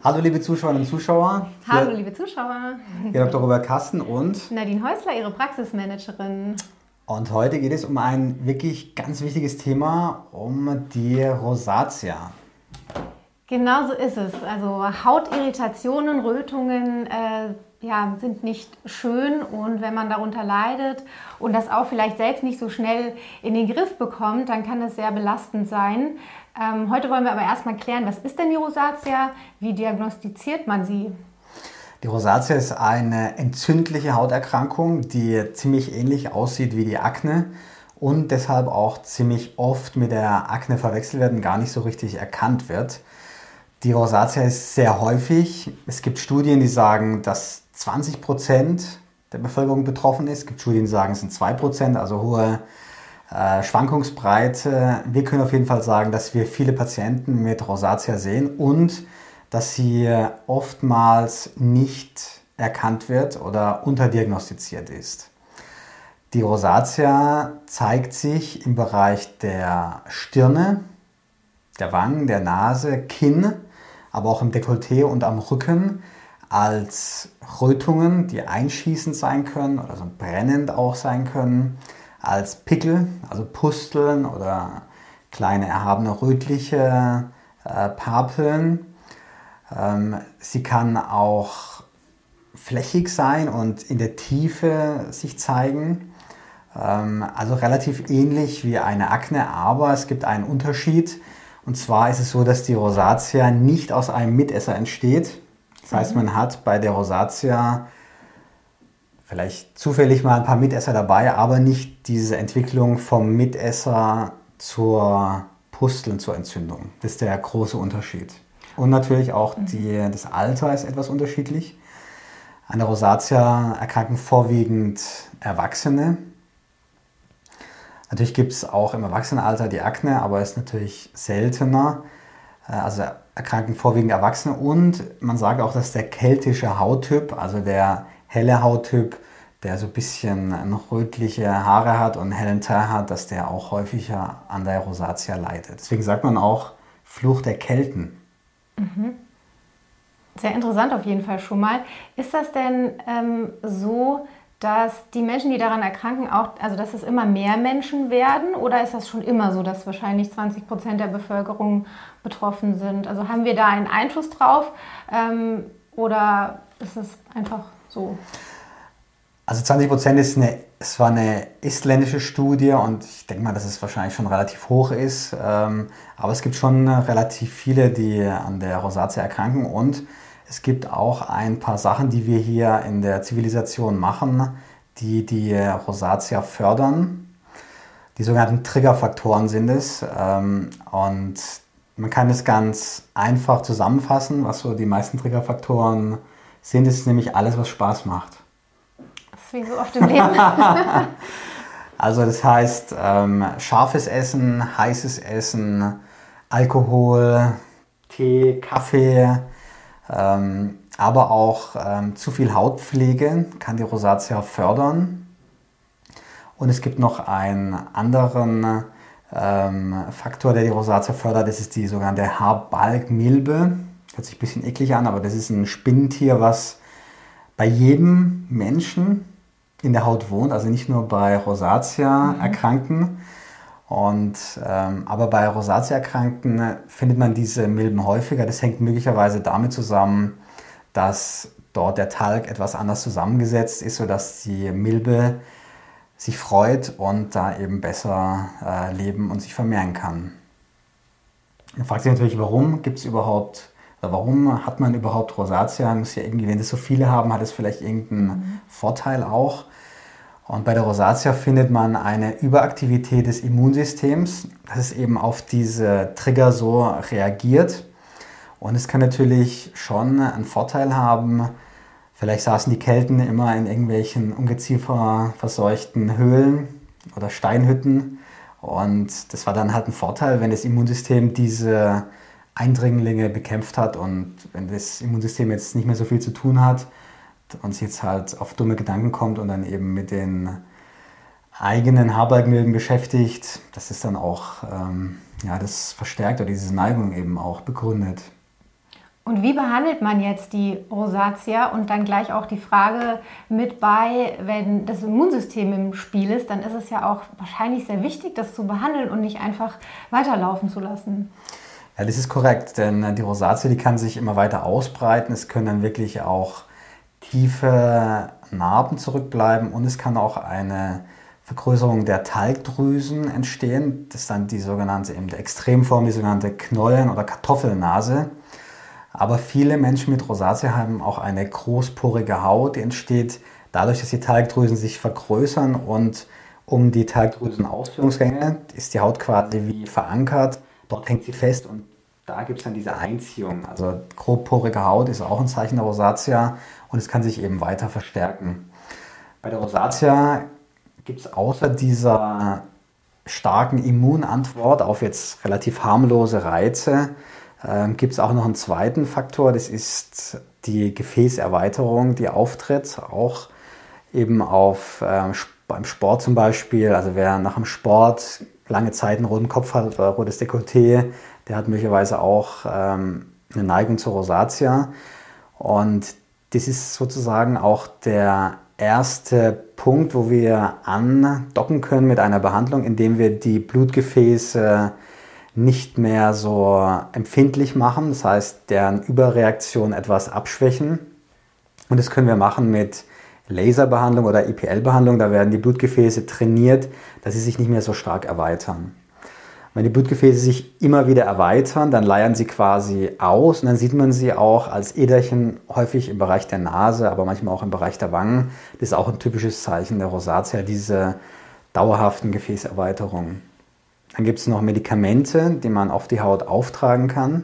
Hallo liebe Zuschauerinnen und Zuschauer. Hallo liebe Zuschauer. Hier Dr. Robert Kasten und Nadine Häusler, Ihre Praxismanagerin. Und heute geht es um ein wirklich ganz wichtiges Thema, um die Rosatia. Genau so ist es. Also Hautirritationen, Rötungen sind nicht schön, und wenn man darunter leidet und das auch vielleicht selbst nicht so schnell in den Griff bekommt, dann kann es sehr belastend sein. Heute wollen wir aber erstmal klären, was ist denn die Rosatia? Wie diagnostiziert man sie? Die Rosatia ist eine entzündliche Hauterkrankung, die ziemlich ähnlich aussieht wie die Akne und deshalb auch ziemlich oft mit der Akne verwechselt wird und gar nicht so richtig erkannt wird. Die Rosatia ist sehr häufig. Es gibt Studien, die sagen, dass 20% der Bevölkerung betroffen ist. Es gibt Studien, die sagen, es sind 2%, also hohe Schwankungsbreite. Wir können auf jeden Fall sagen, dass wir viele Patienten mit Rosatia sehen und dass sie oftmals nicht erkannt wird oder unterdiagnostiziert ist. Die Rosatia zeigt sich im Bereich der Stirne, der Wangen, der Nase, Kinn, aber auch im Dekolleté und am Rücken als Rötungen, die einschießend sein können oder so brennend auch sein können, als Pickel, also Pusteln oder kleine erhabene rötliche Papeln. Sie kann auch flächig sein und in der Tiefe sich zeigen. Also relativ ähnlich wie eine Akne, aber es gibt einen Unterschied. Und zwar ist es so, dass die Rosatia nicht aus einem Mitesser entsteht. Das heißt, man hat bei der Rosatia vielleicht zufällig mal ein paar Mitesser dabei, aber nicht diese Entwicklung vom Mitesser zur Pusteln, zur Entzündung. Das ist der große Unterschied. Und natürlich auch das Alter ist etwas unterschiedlich. An der Rosatia erkranken vorwiegend Erwachsene. Natürlich gibt es auch im Erwachsenenalter die Akne, aber ist natürlich seltener. Also erkranken vorwiegend Erwachsene und man sagt auch, dass der keltische Hauttyp, also der helle Hauttyp, der so ein bisschen rötliche Haare hat und einen hellen Teint hat, dass der auch häufiger an der Rosatia leidet. Deswegen sagt man auch Fluch der Kelten. Sehr interessant auf jeden Fall schon mal. Ist das denn so, dass die Menschen, die daran erkranken, dass es immer mehr Menschen werden, oder ist das schon immer so, dass wahrscheinlich 20% der Bevölkerung betroffen sind? Also haben wir da einen Einfluss drauf oder ist es einfach so? Also 20% es war eine estländische Studie und ich denke mal, dass es wahrscheinlich schon relativ hoch ist. Aber es gibt schon relativ viele, die an der Rosatia erkranken und es gibt auch ein paar Sachen, die wir hier in der Zivilisation machen, die die Rosatia fördern. Die sogenannten Triggerfaktoren sind es. Und man kann es ganz einfach zusammenfassen, was so die meisten Triggerfaktoren sind. Es ist nämlich alles, was Spaß macht. Das ist wie so oft im Leben. Also das heißt, scharfes Essen, heißes Essen, Alkohol, Tee, Kaffee, aber auch zu viel Hautpflege kann die Rosatia fördern. Und es gibt noch einen anderen Faktor, der die Rosatia fördert, das ist die sogenannte Haarbalgmilbe. Hört sich ein bisschen eklig an, aber das ist ein Spinnentier, was bei jedem Menschen in der Haut wohnt, also nicht nur bei Rosatia-Erkrankten. Aber bei Rosatia-Erkrankten findet man diese Milben häufiger. Das hängt möglicherweise damit zusammen, dass dort der Talg etwas anders zusammengesetzt ist, sodass die Milbe sich freut und da eben besser leben und sich vermehren kann. Man fragt sich natürlich, warum hat man überhaupt Rosatia? Muss ja irgendwie, wenn das so viele haben, hat es vielleicht irgendeinen Vorteil auch. Und bei der Rosatia findet man eine Überaktivität des Immunsystems, dass es eben auf diese Trigger so reagiert. Und es kann natürlich schon einen Vorteil haben. Vielleicht saßen die Kelten immer in irgendwelchen ungezieferverseuchten Höhlen oder Steinhütten. Und das war dann halt ein Vorteil, wenn das Immunsystem diese Eindringlinge bekämpft hat. Und wenn das Immunsystem jetzt nicht mehr so viel zu tun hat, und jetzt halt auf dumme Gedanken kommt und dann eben mit den eigenen Haarbalgmilben beschäftigt, das ist dann auch das verstärkt oder diese Neigung eben auch begründet. Und wie behandelt man jetzt die Rosatia? Und dann gleich auch die Frage mit bei, wenn das Immunsystem im Spiel ist, dann ist es ja auch wahrscheinlich sehr wichtig, das zu behandeln und nicht einfach weiterlaufen zu lassen. Ja, das ist korrekt, denn die Rosatia, die kann sich immer weiter ausbreiten. Es können dann wirklich auch tiefe Narben zurückbleiben und es kann auch eine Vergrößerung der Talgdrüsen entstehen. Das ist dann die sogenannte, eben der Extremform, die sogenannte Knollen- oder Kartoffelnase. Aber viele Menschen mit Rosatia haben auch eine großporige Haut, die entsteht dadurch, dass die Talgdrüsen sich vergrößern und um die Talgdrüsenausführungsgänge ist die Haut quasi wie verankert. Dort hängt sie fest und da gibt es dann diese Einziehung. Also grobporige Haut ist auch ein Zeichen der Rosatia und es kann sich eben weiter verstärken. Bei der Rosatia gibt es außer dieser starken Immunantwort auf jetzt relativ harmlose Reize, gibt es auch noch einen zweiten Faktor, das ist die Gefäßerweiterung, die auftritt, auch eben beim Sport zum Beispiel. Also wer nach dem Sport lange Zeit einen roten Kopf hat oder rotes Dekolleté, der hat möglicherweise auch eine Neigung zur Rosatia. Und das ist sozusagen auch der erste Punkt, wo wir andocken können mit einer Behandlung, indem wir die Blutgefäße nicht mehr so empfindlich machen, das heißt, deren Überreaktion etwas abschwächen. Und das können wir machen mit Laserbehandlung oder IPL-Behandlung. Da werden die Blutgefäße trainiert, dass sie sich nicht mehr so stark erweitern. Wenn die Blutgefäße sich immer wieder erweitern, dann leiern sie quasi aus und dann sieht man sie auch als Äderchen häufig im Bereich der Nase, aber manchmal auch im Bereich der Wangen. Das ist auch ein typisches Zeichen der Rosatia, diese dauerhaften Gefäßerweiterungen. Dann gibt es noch Medikamente, die man auf die Haut auftragen kann.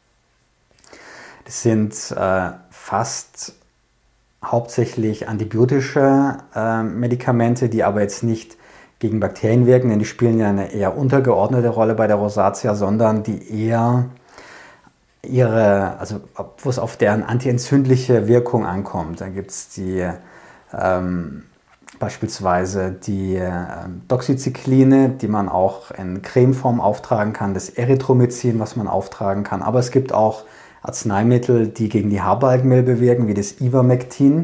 Das sind fast hauptsächlich antibiotische Medikamente, die aber jetzt nicht gegen Bakterien wirken, denn die spielen ja eine eher untergeordnete Rolle bei der Rosatia, sondern die eher wo es auf deren antientzündliche Wirkung ankommt. Da gibt es beispielsweise die Doxycycline, die man auch in Cremeform auftragen kann, das Erythromycin, was man auftragen kann. Aber es gibt auch Arzneimittel, die gegen die Haarbalgenmilbe wirken, wie das Ivermectin,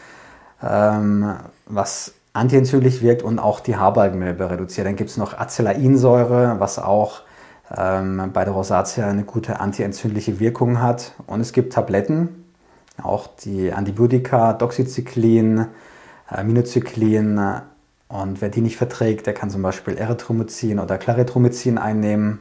was antientzündlich wirkt und auch die Haarbalgenmilbe reduziert. Dann gibt es noch Acelainsäure, was auch bei der Rosatia eine gute antientzündliche Wirkung hat. Und es gibt Tabletten, auch die Antibiotika, Doxycyclin, Minocyclin, und wer die nicht verträgt, der kann zum Beispiel Erythromycin oder Clarithromycin einnehmen.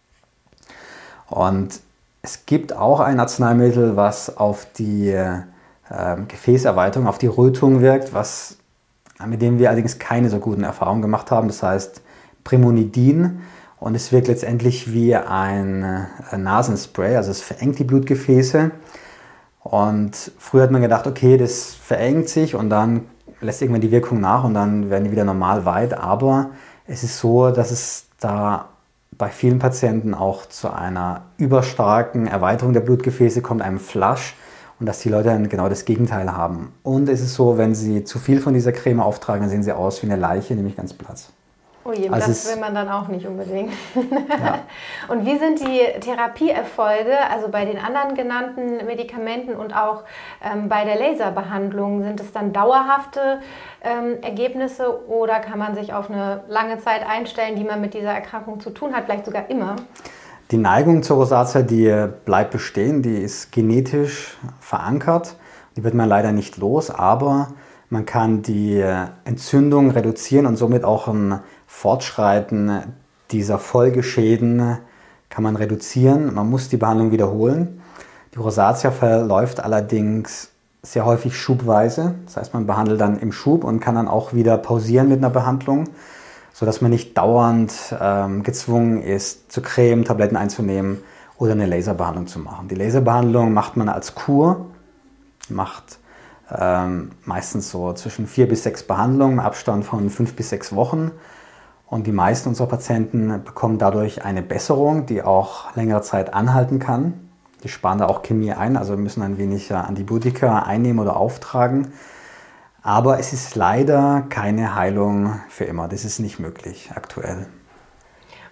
Und es gibt auch ein Arzneimittel, was auf die Gefäßerweiterung, auf die Rötung wirkt, mit dem wir allerdings keine so guten Erfahrungen gemacht haben. Das heißt Primonidin und es wirkt letztendlich wie ein Nasenspray, also es verengt die Blutgefäße. Und früher hat man gedacht, okay, das verengt sich und dann lässt irgendwann die Wirkung nach und dann werden die wieder normal weit. Aber es ist so, dass es da bei vielen Patienten auch zu einer überstarken Erweiterung der Blutgefäße kommt, einem Flush, und dass die Leute dann genau das Gegenteil haben. Und es ist so, wenn sie zu viel von dieser Creme auftragen, dann sehen sie aus wie eine Leiche, nämlich ganz blass. Oh je, also das will man dann auch nicht unbedingt. Ja. Und wie sind die Therapieerfolge, also bei den anderen genannten Medikamenten und auch bei der Laserbehandlung? Sind es dann dauerhafte Ergebnisse oder kann man sich auf eine lange Zeit einstellen, die man mit dieser Erkrankung zu tun hat, vielleicht sogar immer? Die Neigung zur Rosatia, die bleibt bestehen, die ist genetisch verankert. Die wird man leider nicht los, aber man kann die Entzündung reduzieren und somit auch ein Fortschreiten dieser Folgeschäden kann man reduzieren. Man muss die Behandlung wiederholen. Die Rosatia verläuft allerdings sehr häufig schubweise. Das heißt, man behandelt dann im Schub und kann dann auch wieder pausieren mit einer Behandlung, sodass man nicht dauernd gezwungen ist, zu Creme, Tabletten einzunehmen oder eine Laserbehandlung zu machen. Die Laserbehandlung macht man als Kur, macht meistens so zwischen 4 bis 6 Behandlungen im Abstand von 5 bis 6 Wochen. Und die meisten unserer Patienten bekommen dadurch eine Besserung, die auch längere Zeit anhalten kann. Die sparen da auch Chemie ein, also müssen ein wenig Antibiotika einnehmen oder auftragen. Aber es ist leider keine Heilung für immer. Das ist nicht möglich aktuell.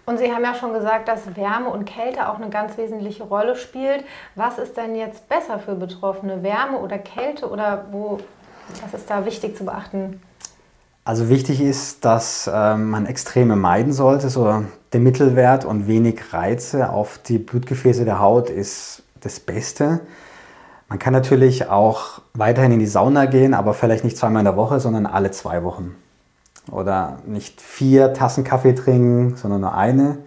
Und Sie haben ja schon gesagt, dass Wärme und Kälte auch eine ganz wesentliche Rolle spielt. Was ist denn jetzt besser für Betroffene? Wärme oder Kälte oder was ist da wichtig zu beachten? Also wichtig ist, dass man Extreme meiden sollte. So der Mittelwert und wenig Reize auf die Blutgefäße der Haut ist das Beste. Man kann natürlich auch weiterhin in die Sauna gehen, aber vielleicht nicht zweimal in der Woche, sondern alle 2 Wochen. Oder nicht 4 Tassen Kaffee trinken, sondern nur eine.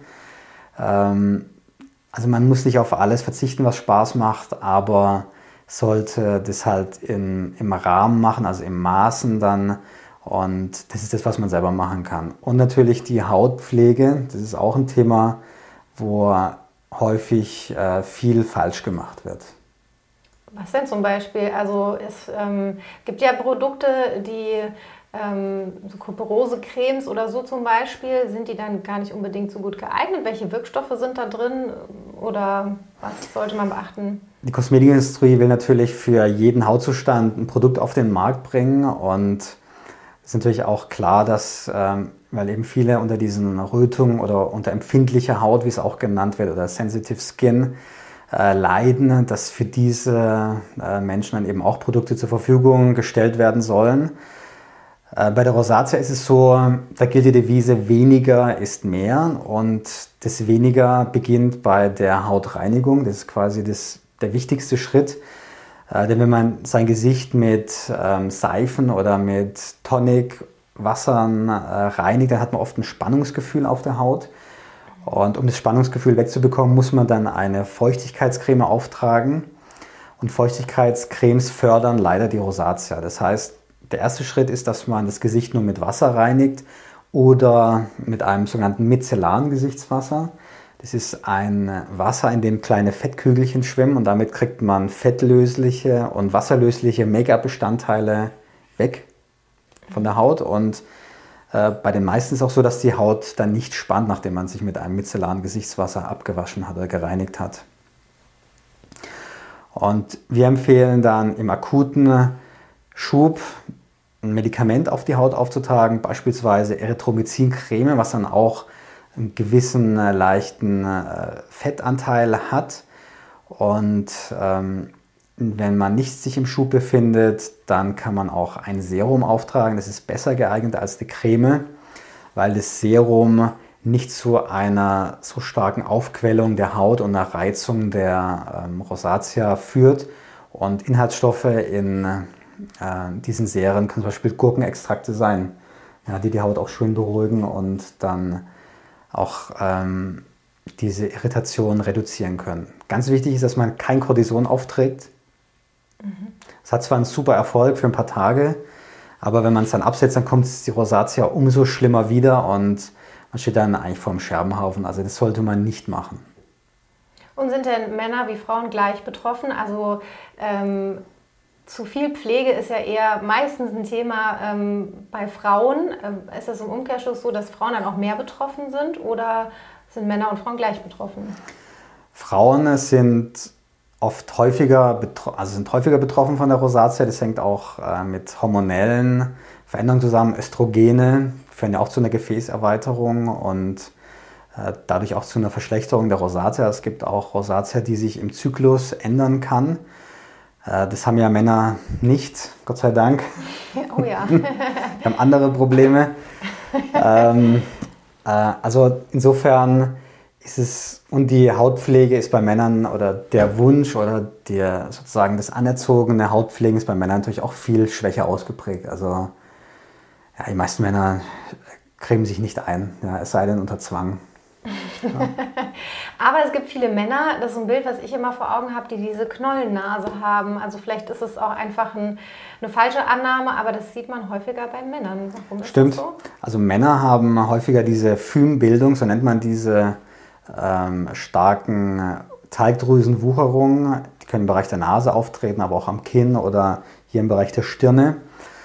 Also man muss nicht auf alles verzichten, was Spaß macht, aber sollte das halt im Rahmen machen, also im Maßen dann. Und das ist das, was man selber machen kann. Und natürlich die Hautpflege, das ist auch ein Thema, wo häufig viel falsch gemacht wird. Was denn zum Beispiel? Also es gibt ja Produkte, die so Kuperose-Cremes oder so zum Beispiel, sind die dann gar nicht unbedingt so gut geeignet? Welche Wirkstoffe sind da drin oder was sollte man beachten? Die Kosmetikindustrie will natürlich für jeden Hautzustand ein Produkt auf den Markt bringen und es ist natürlich auch klar, dass, weil eben viele unter diesen Rötungen oder unter empfindlicher Haut, wie es auch genannt wird, oder Sensitive Skin, leiden, dass für diese Menschen dann eben auch Produkte zur Verfügung gestellt werden sollen. Bei der Rosatia ist es so, da gilt die Devise, weniger ist mehr und das weniger beginnt bei der Hautreinigung. Das ist quasi der wichtigste Schritt. Denn wenn man sein Gesicht mit Seifen oder mit Tonic-Wassern reinigt, dann hat man oft ein Spannungsgefühl auf der Haut. Und um das Spannungsgefühl wegzubekommen, muss man dann eine Feuchtigkeitscreme auftragen. Und Feuchtigkeitscremes fördern leider die Rosatia. Das heißt, der erste Schritt ist, dass man das Gesicht nur mit Wasser reinigt oder mit einem sogenannten micellaren Gesichtswasser. Das ist ein Wasser, in dem kleine Fettkügelchen schwimmen und damit kriegt man fettlösliche und wasserlösliche Make-up-Bestandteile weg von der Haut. Und bei den meisten ist es auch so, dass die Haut dann nicht spannt, nachdem man sich mit einem micellaren Gesichtswasser abgewaschen hat oder gereinigt hat. Und wir empfehlen dann im akuten Schub ein Medikament auf die Haut aufzutragen, beispielsweise Erythromycin-Creme, was dann auch einen gewissen leichten Fettanteil hat. Und wenn man nicht sich im Schub befindet, dann kann man auch ein Serum auftragen. Das ist besser geeignet als die Creme, weil das Serum nicht zu einer so starken Aufquellung der Haut und einer Reizung der Rosatia führt. Und Inhaltsstoffe in diesen Serien können zum Beispiel Gurkenextrakte sein, ja, die Haut auch schön beruhigen und dann auch diese Irritation reduzieren können. Ganz wichtig ist, dass man kein Cortison aufträgt. Es hat zwar einen super Erfolg für ein paar Tage, aber wenn man es dann absetzt, dann kommt die Rosatia umso schlimmer wieder und man steht dann eigentlich vor einem Scherbenhaufen. Also das sollte man nicht machen. Und sind denn Männer wie Frauen gleich betroffen? Also zu viel Pflege ist ja eher meistens ein Thema bei Frauen. Ist es im Umkehrschluss so, dass Frauen dann auch mehr betroffen sind oder sind Männer und Frauen gleich betroffen? Frauen sind oft häufiger betroffen von der Rosatia. Das hängt auch mit hormonellen Veränderungen zusammen. Östrogene führen ja auch zu einer Gefäßerweiterung und dadurch auch zu einer Verschlechterung der Rosatia. Es gibt auch Rosatia, die sich im Zyklus ändern kann. Das haben ja Männer nicht, Gott sei Dank. Oh ja. Die haben andere Probleme. Also insofern ist es, und die Hautpflege ist bei Männern oder der Wunsch oder sozusagen das anerzogene Hautpflegen ist bei Männern natürlich auch viel schwächer ausgeprägt. Also ja, die meisten Männer cremen sich nicht ein, ja, es sei denn unter Zwang. Ja. Aber es gibt viele Männer, das ist so ein Bild, was ich immer vor Augen habe, die diese Knollennase haben. Also vielleicht ist es auch einfach eine falsche Annahme, aber das sieht man häufiger bei Männern. Warum ist Stimmt. Das so? Also Männer haben häufiger diese Phymbildung, so nennt man diese starken Talgdrüsenwucherungen. Die können im Bereich der Nase auftreten, aber auch am Kinn oder hier im Bereich der Stirne.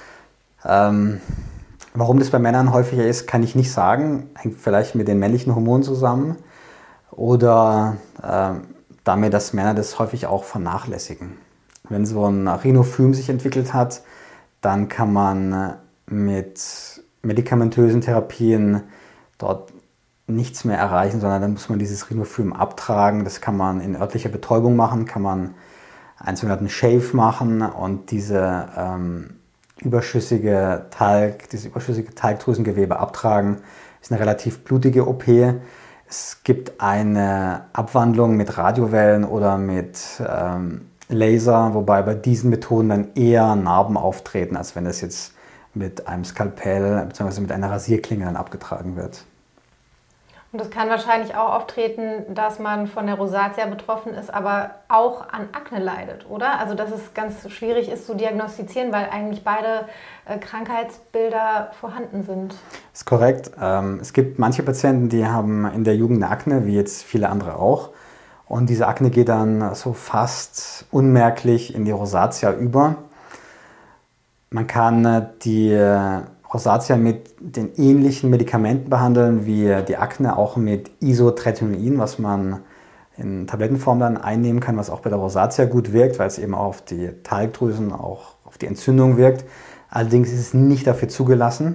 Warum das bei Männern häufiger ist, kann ich nicht sagen. Hängt vielleicht mit den männlichen Hormonen zusammen oder damit, dass Männer das häufig auch vernachlässigen. Wenn so ein Rhinophym sich entwickelt hat, dann kann man mit medikamentösen Therapien dort nichts mehr erreichen, sondern dann muss man dieses Rinofilm abtragen. Das kann man in örtlicher Betäubung machen, kann man einen sogenannten Shave machen und dieses überschüssige Talgdrüsengewebe abtragen. Ist eine relativ blutige OP. Es gibt eine Abwandlung mit Radiowellen oder mit Laser, wobei bei diesen Methoden dann eher Narben auftreten, als wenn das jetzt mit einem Skalpell bzw. mit einer Rasierklinge dann abgetragen wird. Und es kann wahrscheinlich auch auftreten, dass man von der Rosatia betroffen ist, aber auch an Akne leidet, oder? Also dass es ganz schwierig ist zu diagnostizieren, weil eigentlich beide Krankheitsbilder vorhanden sind. Das ist korrekt. Es gibt manche Patienten, die haben in der Jugend eine Akne, wie jetzt viele andere auch. Und diese Akne geht dann so fast unmerklich in die Rosatia über. Man kann die Rosatia mit den ähnlichen Medikamenten behandeln wie die Akne, auch mit Isotretinoin, was man in Tablettenform dann einnehmen kann, was auch bei der Rosatia gut wirkt, weil es eben auch auf die Talgdrüsen, auch auf die Entzündung wirkt. Allerdings ist es nicht dafür zugelassen.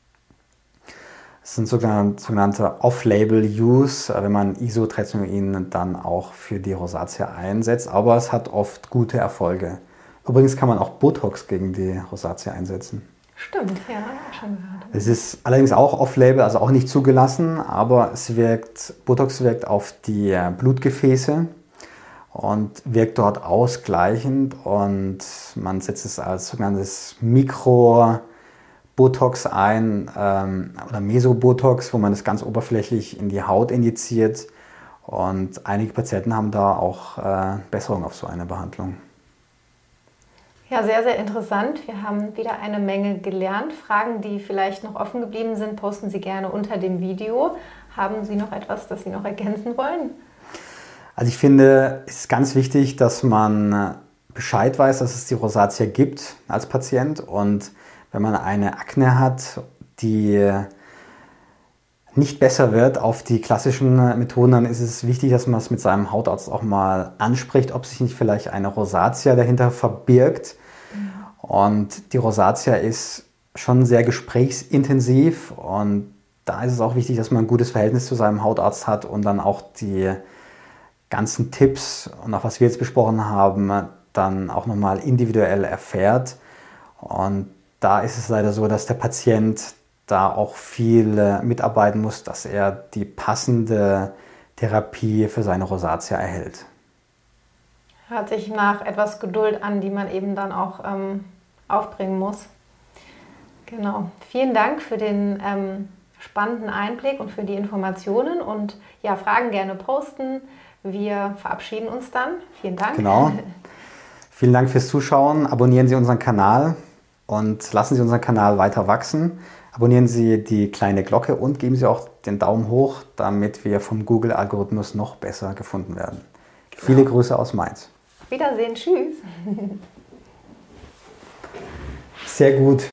Es sind sogenannte Off-Label-Use, wenn man Isotretinoin dann auch für die Rosatia einsetzt, aber es hat oft gute Erfolge. Übrigens kann man auch Botox gegen die Rosatia einsetzen. Stimmt, ja, schon gehört. Es ist allerdings auch Off-Label, also auch nicht zugelassen, aber Botox wirkt auf die Blutgefäße und wirkt dort ausgleichend und man setzt es als sogenanntes Mikro-Botox ein oder Mesobotox, wo man das ganz oberflächlich in die Haut injiziert und einige Patienten haben da auch Besserung auf so eine Behandlung. Ja, sehr, sehr interessant. Wir haben wieder eine Menge gelernt. Fragen, die vielleicht noch offen geblieben sind, posten Sie gerne unter dem Video. Haben Sie noch etwas, das Sie noch ergänzen wollen? Also ich finde, es ist ganz wichtig, dass man Bescheid weiß, dass es die Rosatia gibt als Patient. Und wenn man eine Akne hat, die nicht besser wird auf die klassischen Methoden, dann ist es wichtig, dass man es mit seinem Hautarzt auch mal anspricht, ob sich nicht vielleicht eine Rosatia dahinter verbirgt. Und die Rosatia ist schon sehr gesprächsintensiv und da ist es auch wichtig, dass man ein gutes Verhältnis zu seinem Hautarzt hat und dann auch die ganzen Tipps und auch was wir jetzt besprochen haben, dann auch nochmal individuell erfährt. Und da ist es leider so, dass der Patient da auch viel mitarbeiten muss, dass er die passende Therapie für seine Rosatia erhält. Hört sich nach etwas Geduld an, die man eben dann auch aufbringen muss. Genau. Vielen Dank für den spannenden Einblick und für die Informationen und ja, Fragen gerne posten. Wir verabschieden uns dann. Vielen Dank. Genau. Vielen Dank fürs Zuschauen. Abonnieren Sie unseren Kanal und lassen Sie unseren Kanal weiter wachsen. Abonnieren Sie die kleine Glocke und geben Sie auch den Daumen hoch, damit wir vom Google-Algorithmus noch besser gefunden werden. Genau. Viele Grüße aus Mainz. Wiedersehen. Tschüss. Sehr gut.